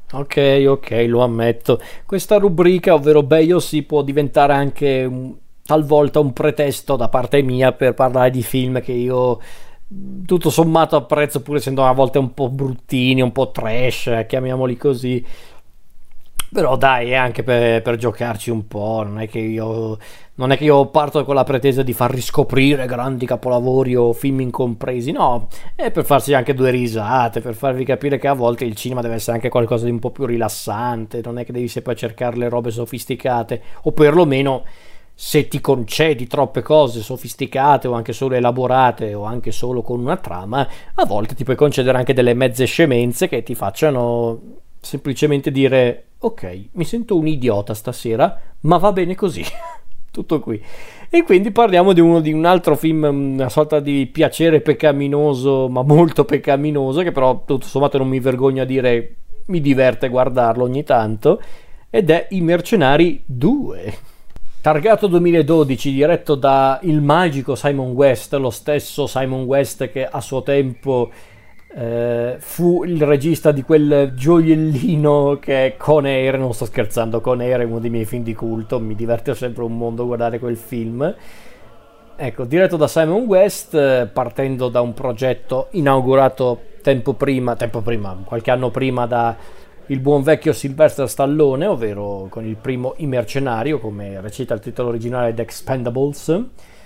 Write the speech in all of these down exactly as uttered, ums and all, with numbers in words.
Ok, ok, lo ammetto. Questa rubrica, ovvero Beio, si può diventare anche un- talvolta un pretesto da parte mia per parlare di film che io mh, tutto sommato apprezzo, pur essendo a volte un po' bruttini, un po' trash, eh, chiamiamoli così. Però dai, è anche per, per giocarci un po', non è che io, non è che io parto con la pretesa di far riscoprire grandi capolavori o film incompresi, no, è per farsi anche due risate, per farvi capire che a volte il cinema deve essere anche qualcosa di un po' più rilassante, non è che devi sempre cercare le robe sofisticate, o perlomeno se ti concedi troppe cose sofisticate o anche solo elaborate o anche solo con una trama, a volte ti puoi concedere anche delle mezze scemenze che ti facciano semplicemente dire ok, mi sento un idiota stasera, ma va bene così. Tutto qui. E quindi parliamo di uno di un altro film, una sorta di piacere peccaminoso, ma molto peccaminoso, che però tutto sommato non mi vergogno a dire mi diverte guardarlo ogni tanto, ed è I Mercenari due. Targato duemiladodici, diretto da il magico Simon West, lo stesso Simon West che a suo tempo eh, fu il regista di quel gioiellino che è Con Air. Non sto scherzando, Con Air è uno dei miei film di culto, mi diverte sempre un mondo guardare quel film. Ecco, diretto da Simon West, eh, partendo da un progetto inaugurato tempo prima, tempo prima, qualche anno prima da il buon vecchio Sylvester Stallone, ovvero con il primo I Mercenari, o come recita il titolo originale The Expendables.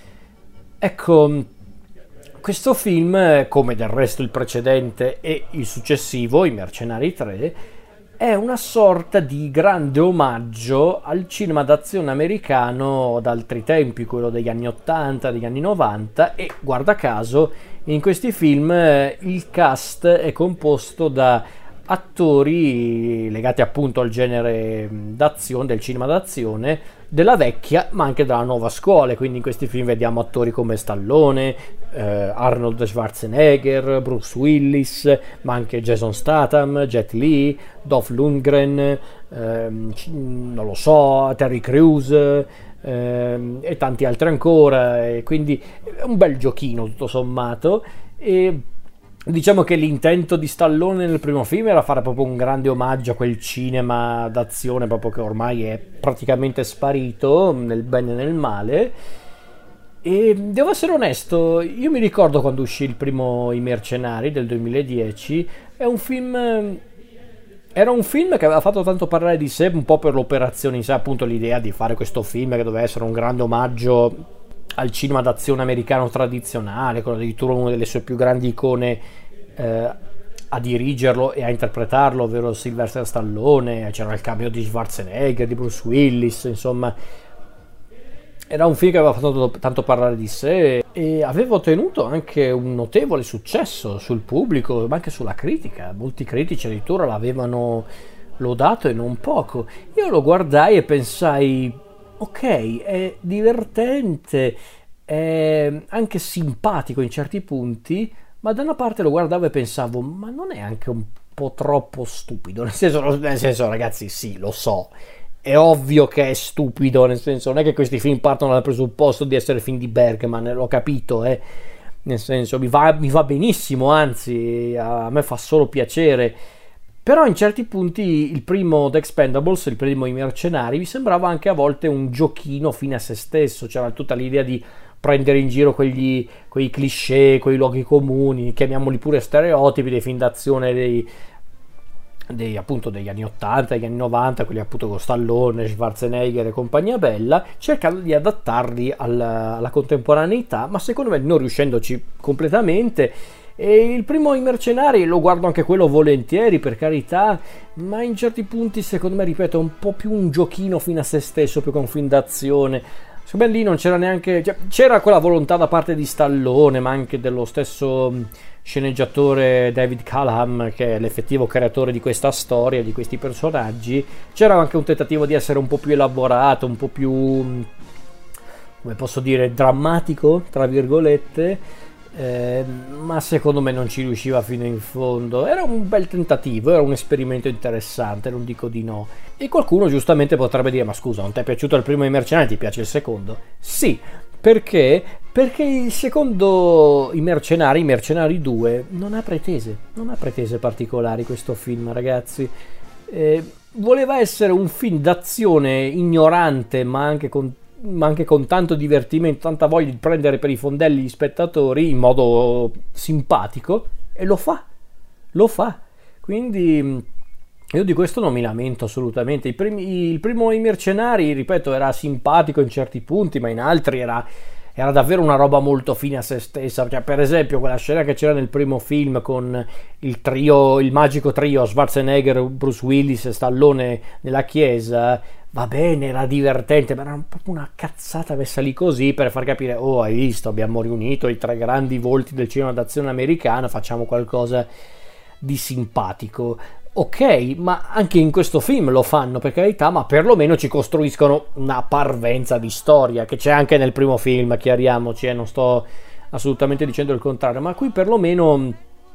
Ecco, questo film, come del resto il precedente e il successivo, I Mercenari tre, è una sorta di grande omaggio al cinema d'azione americano d'altri tempi, quello degli anni ottanta, degli anni novanta, e guarda caso in questi film eh, il cast è composto da attori legati appunto al genere d'azione, del cinema d'azione, della vecchia ma anche della nuova scuola. Quindi in questi film vediamo attori come Stallone, eh, Arnold Schwarzenegger, Bruce Willis, ma anche Jason Statham, Jet Li, Dolph Lundgren, ehm, non lo so, Terry Crews, ehm, e tanti altri ancora, e quindi è un bel giochino tutto sommato. E diciamo che l'intento di Stallone nel primo film era fare proprio un grande omaggio a quel cinema d'azione proprio che ormai è praticamente sparito nel bene e nel male. E devo essere onesto, io mi ricordo quando uscì il primo I Mercenari del duemiladieci, è un film era un film che aveva fatto tanto parlare di sé, un po' per l'operazione in sé, appunto l'idea di fare questo film che doveva essere un grande omaggio al cinema d'azione americano tradizionale, con addirittura una delle sue più grandi icone eh, a dirigerlo e a interpretarlo, ovvero Sylvester Stallone. C'era il cameo di Schwarzenegger, di Bruce Willis, insomma era un film che aveva fatto tanto parlare di sé e aveva ottenuto anche un notevole successo sul pubblico, ma anche sulla critica. Molti critici addirittura l'avevano lodato e non poco. Io lo guardai e pensai ok, è divertente, è anche simpatico in certi punti, ma da una parte lo guardavo e pensavo, ma non è anche un po' troppo stupido? Nel senso, nel senso, ragazzi, sì, lo so, è ovvio che è stupido, nel senso, non è che questi film partono dal presupposto di essere film di Bergman, l'ho capito, eh. Nel senso, mi va, mi va benissimo, anzi, a me fa solo piacere. Però in certi punti il primo The Expendables, il primo I Mercenari, mi sembrava anche a volte un giochino fine a se stesso. C'era tutta l'idea di prendere in giro quegli, quei cliché, quei luoghi comuni, chiamiamoli pure stereotipi dei film d'azione dei, dei, appunto degli anni ottanta, degli anni novanta, quelli appunto con Stallone, Schwarzenegger e compagnia bella, cercando di adattarli alla, alla contemporaneità, ma secondo me non riuscendoci completamente. E il primo I Mercenari lo guardo anche quello volentieri, per carità, ma in certi punti secondo me, ripeto, è un po' più un giochino fino a se stesso, più che un film d'azione. Secondo me lì non c'era neanche, cioè, c'era quella volontà da parte di Stallone, ma anche dello stesso sceneggiatore David Callahan, che è l'effettivo creatore di questa storia, di questi personaggi. C'era anche un tentativo di essere un po' più elaborato, un po' più, come posso dire, drammatico, tra virgolette. Eh, ma secondo me non ci riusciva fino in fondo. Era un bel tentativo, era un esperimento interessante, non dico di no. E qualcuno giustamente potrebbe dire: ma scusa, non ti è piaciuto il primo I Mercenari, ti piace il secondo? Sì, perché? Perché il secondo I Mercenari, I Mercenari due, non ha pretese, non ha pretese particolari questo film, ragazzi. Eh, voleva essere un film d'azione ignorante, ma anche con, ma anche con tanto divertimento, tanta voglia di prendere per i fondelli gli spettatori in modo simpatico, e lo fa, lo fa. Quindi io di questo non mi lamento assolutamente. I primi, il primo I Mercenari, ripeto, era simpatico in certi punti, ma in altri era, era davvero una roba molto fine a se stessa. Cioè, per esempio, quella scena che c'era nel primo film con il trio, il magico trio Schwarzenegger, Bruce Willis e Stallone nella chiesa, va bene, era divertente, ma era proprio una cazzata messa lì così per far capire: oh, hai visto, abbiamo riunito i tre grandi volti del cinema d'azione americano, facciamo qualcosa di simpatico. Ok, ma anche in questo film lo fanno, per carità, ma perlomeno ci costruiscono una parvenza di storia, che c'è anche nel primo film, chiariamoci, eh, non sto assolutamente dicendo il contrario, ma qui perlomeno,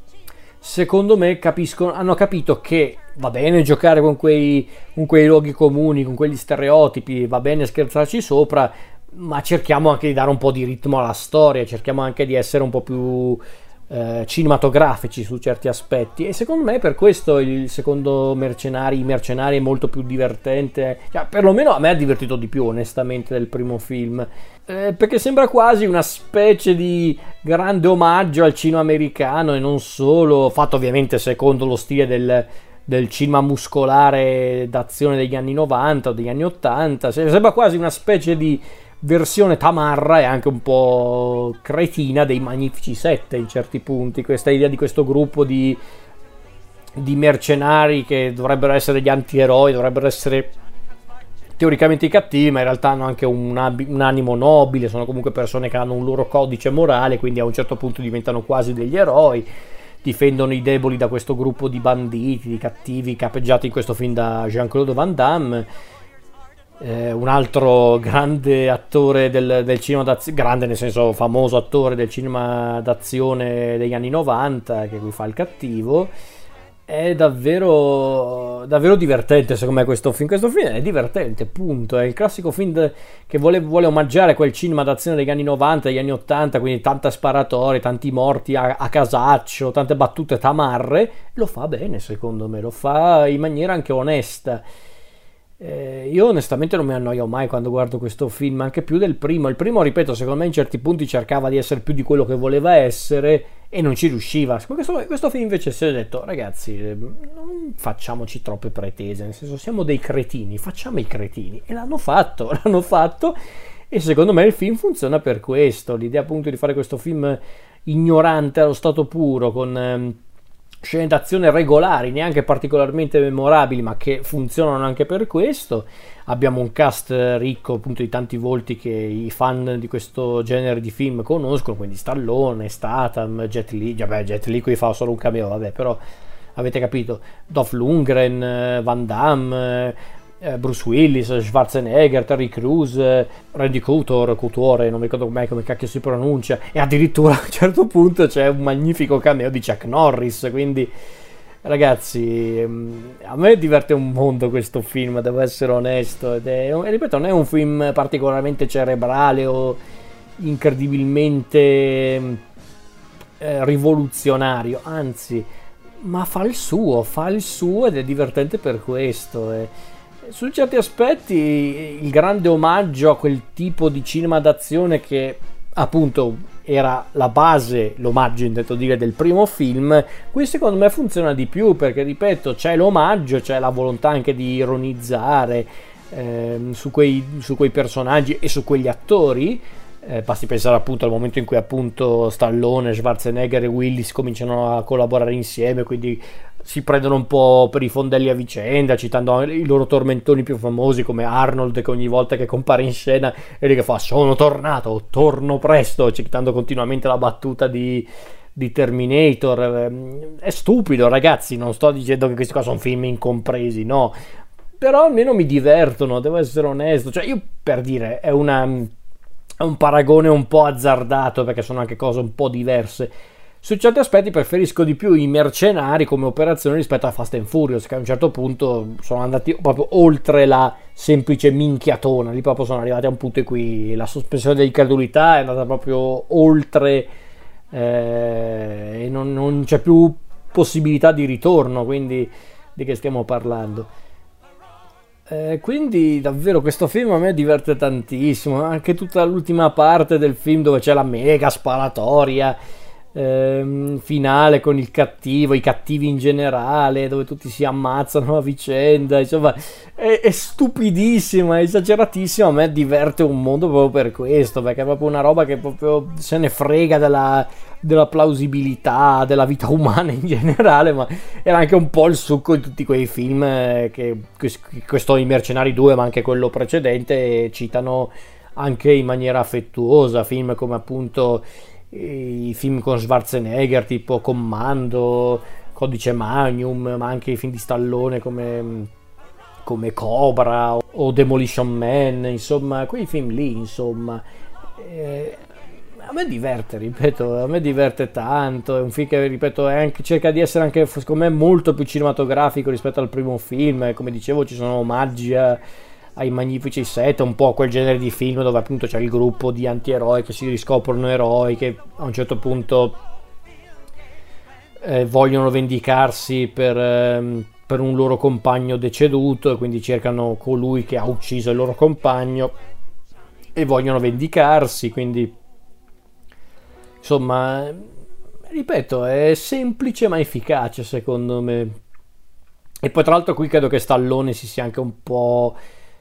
secondo me, capiscono, hanno capito che va bene giocare con quei, con quei luoghi comuni, con quegli stereotipi, va bene scherzarci sopra, ma cerchiamo anche di dare un po' di ritmo alla storia, cerchiamo anche di essere un po' più Eh, cinematografici su certi aspetti, e secondo me per questo il secondo Mercenari, Mercenari è molto più divertente, cioè, perlomeno a me ha divertito di più onestamente del primo film, eh, perché sembra quasi una specie di grande omaggio al cinema americano, e non solo, fatto ovviamente secondo lo stile del, del cinema muscolare d'azione degli anni novanta o degli anni ottanta. Sembra quasi una specie di versione tamarra e anche un po' cretina dei Magnifici Sette in certi punti. Questa idea di questo gruppo di, di mercenari che dovrebbero essere gli antieroi, dovrebbero essere teoricamente i cattivi, ma in realtà hanno anche un, un animo nobile, sono comunque persone che hanno un loro codice morale, quindi a un certo punto diventano quasi degli eroi, difendono i deboli da questo gruppo di banditi, di cattivi capeggiati in questo film da Jean-Claude Van Damme. Eh, un altro grande attore del, del cinema d'azione, grande nel senso famoso attore del cinema d'azione degli anni novanta, che qui fa il cattivo. È davvero davvero divertente secondo me questo film. Questo film è divertente, punto. È il classico film de, che vuole, vuole omaggiare quel cinema d'azione degli anni novanta, degli anni ottanta, quindi tanta sparatoria, tanti morti a, a casaccio, tante battute tamarre. Lo fa bene secondo me, lo fa in maniera anche onesta. Eh, io onestamente non mi annoio mai quando guardo questo film, anche più del primo. Il primo, ripeto, secondo me in certi punti cercava di essere più di quello che voleva essere e non ci riusciva. Questo, questo film invece si è detto: ragazzi, non facciamoci troppe pretese, nel senso, siamo dei cretini, facciamo i cretini, e l'hanno fatto, l'hanno fatto, e secondo me il film funziona per questo. L'idea appunto di fare questo film ignorante allo stato puro, con ehm, scene d'azione regolari, neanche particolarmente memorabili, ma che funzionano anche per questo. Abbiamo un cast ricco appunto di tanti volti che i fan di questo genere di film conoscono, quindi Stallone, Statham, Jet Li. Vabbè, Jet Li qui fa solo un cameo, vabbè, però avete capito. Dolph Lundgren, Van Damme, Bruce Willis, Schwarzenegger, Terry Crews, Randy Couture, Couture, non mi ricordo mai come cacchio si pronuncia, e addirittura a un certo punto c'è un magnifico cameo di Chuck Norris. Quindi ragazzi, a me diverte un mondo questo film, devo essere onesto, ed è, e ripeto, non è un film particolarmente cerebrale o incredibilmente eh, rivoluzionario, anzi, ma fa il suo, fa il suo ed è divertente per questo. E su certi aspetti il grande omaggio a quel tipo di cinema d'azione che appunto era la base, l'omaggio intendo dire, del primo film, qui secondo me funziona di più, perché ripeto, c'è l'omaggio, c'è la volontà anche di ironizzare ehm, su, quei, su quei personaggi e su quegli attori. Eh, basti pensare appunto al momento in cui appunto Stallone, Schwarzenegger e Willis cominciano a collaborare insieme, quindi si prendono un po' per i fondelli a vicenda, citando i loro tormentoni più famosi come Arnold, che ogni volta che compare in scena e che fa "sono tornato, torno presto", citando continuamente la battuta di, di Terminator. È stupido, ragazzi, non sto dicendo che questi qua sono film incompresi, no, però almeno mi divertono, devo essere onesto. Cioè, io, per dire, è una è un paragone un po' azzardato, perché sono anche cose un po' diverse. Su certi aspetti preferisco di più i Mercenari come operazione rispetto a Fast and Furious, che a un certo punto sono andati proprio oltre la semplice minchiatona. Lì proprio sono arrivati a un punto in cui la sospensione dell'incredulità è andata proprio oltre eh, e non, non c'è più possibilità di ritorno. Quindi di che stiamo parlando. Eh, quindi davvero questo film a me diverte tantissimo, anche tutta l'ultima parte del film dove c'è la mega sparatoria ehm, finale con il cattivo, i cattivi in generale, dove tutti si ammazzano a vicenda, insomma è, è stupidissima, è esageratissima, a me diverte un mondo proprio per questo, perché è proprio una roba che proprio se ne frega della, della plausibilità della vita umana in generale, ma era anche un po' il succo di tutti quei film che, che questo I Mercenari due, ma anche quello precedente, citano anche in maniera affettuosa, film come appunto i film con Schwarzenegger tipo Commando, Codice Magnum, ma anche i film di Stallone come, come Cobra o Demolition Man, insomma quei film lì, insomma eh, a me diverte, ripeto, a me diverte tanto, è un film che, ripeto, è anche, cerca di essere anche, secondo me, molto più cinematografico rispetto al primo film, come dicevo ci sono omaggi a, ai Magnifici Sette, un po' quel genere di film dove appunto c'è il gruppo di antieroi che si riscoprono eroi, che a un certo punto eh, vogliono vendicarsi per, eh, per un loro compagno deceduto, e quindi cercano colui che ha ucciso il loro compagno e vogliono vendicarsi, quindi insomma, ripeto, è semplice ma efficace secondo me. E poi tra l'altro qui credo che Stallone si sia anche un po'...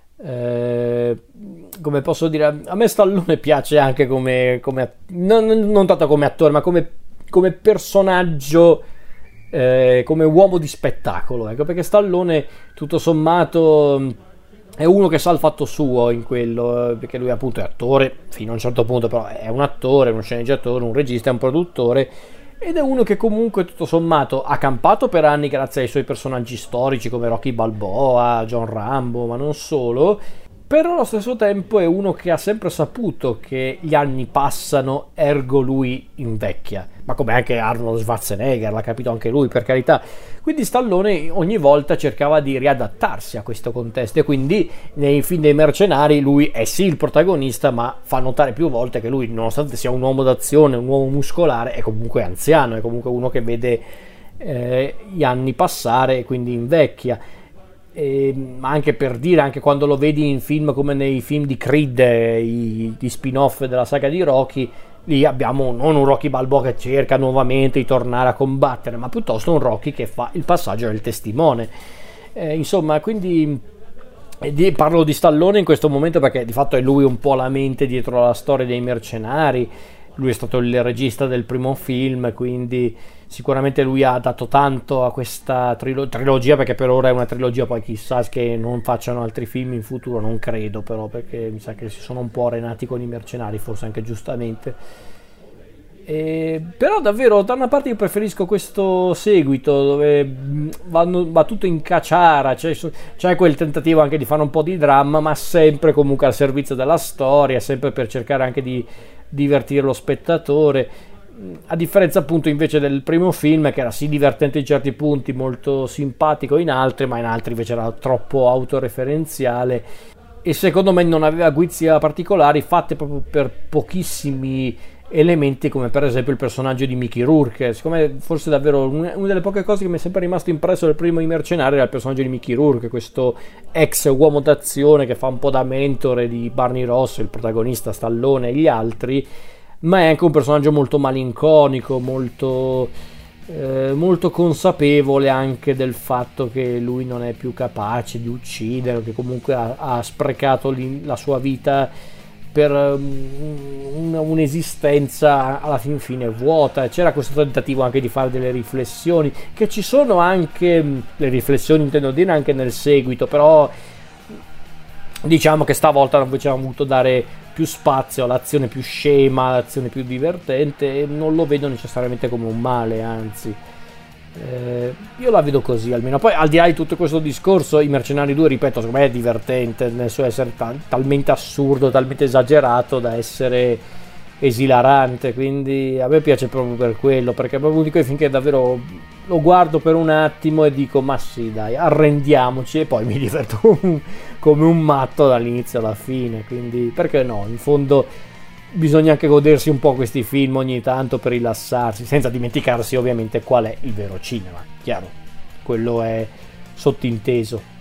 Eh, come posso dire, a me Stallone piace anche come, come non, non tanto come attore, ma come, come personaggio, eh, come uomo di spettacolo, ecco, perché Stallone tutto sommato è uno che sa il fatto suo in quello, perché lui appunto è attore fino a un certo punto, però è un attore, uno sceneggiatore, un regista, è un produttore, ed è uno che comunque tutto sommato ha campato per anni grazie ai suoi personaggi storici come Rocky Balboa, John Rambo, ma non solo, però allo stesso tempo è uno che ha sempre saputo che gli anni passano, ergo lui invecchia, ma come anche Arnold Schwarzenegger, l'ha capito anche lui, per carità. Quindi Stallone ogni volta cercava di riadattarsi a questo contesto, e quindi nei film dei Mercenari lui è sì il protagonista, ma fa notare più volte che lui, nonostante sia un uomo d'azione, un uomo muscolare, è comunque anziano, è comunque uno che vede eh, gli anni passare e quindi invecchia. E, ma anche per dire, anche quando lo vedi in film come nei film di Creed, i, di spin-off della saga di Rocky, lì abbiamo non un Rocky Balboa che cerca nuovamente di tornare a combattere, ma piuttosto un Rocky che fa il passaggio del testimone. Eh, insomma, quindi eh, parlo di Stallone in questo momento perché di fatto è lui un po' la mente dietro la storia dei Mercenari. Lui è stato il regista del primo film, quindi sicuramente lui ha dato tanto a questa trilo- trilogia, perché per ora è una trilogia, poi chissà che non facciano altri film in futuro, non credo però, perché mi sa che si sono un po' arenati con i Mercenari, forse anche giustamente. E, però davvero da una parte io preferisco questo seguito dove vanno, va tutto in caciara, c'è, c'è quel tentativo anche di fare un po' di dramma, ma sempre comunque al servizio della storia, sempre per cercare anche di divertire lo spettatore, a differenza appunto invece del primo film, che era sì divertente in certi punti, molto simpatico in altri, ma in altri invece era troppo autoreferenziale e secondo me non aveva guizie particolari, fatte proprio per pochissimi elementi, come per esempio il personaggio di Mickey Rourke. Siccome forse davvero una delle poche cose che mi è sempre rimasto impresso del primo I Mercenari era il personaggio di Mickey Rourke, questo ex uomo d'azione che fa un po' da mentore di Barney Ross, il protagonista, Stallone e gli altri, ma è anche un personaggio molto malinconico, molto eh, molto consapevole anche del fatto che lui non è più capace di uccidere, che comunque ha, ha sprecato la sua vita per um, un'esistenza alla fin fine vuota. C'era questo tentativo anche di fare delle riflessioni, che ci sono anche, le riflessioni intendo dire anche nel seguito, però diciamo che stavolta invece hanno voluto dare più spazio all'azione più scema, all'azione più divertente, e non lo vedo necessariamente come un male, anzi eh, io la vedo così almeno. Poi al di là di tutto questo discorso, I Mercenari due, ripeto, secondo me è divertente nel suo essere tal- talmente assurdo, talmente esagerato da essere esilarante, quindi a me piace proprio per quello, perché è proprio uno di quei film che davvero lo guardo per un attimo e dico ma sì dai, arrendiamoci, e poi mi diverto come un matto dall'inizio alla fine, quindi perché no, in fondo bisogna anche godersi un po' questi film ogni tanto per rilassarsi, senza dimenticarsi ovviamente qual è il vero cinema, chiaro, quello è sottinteso.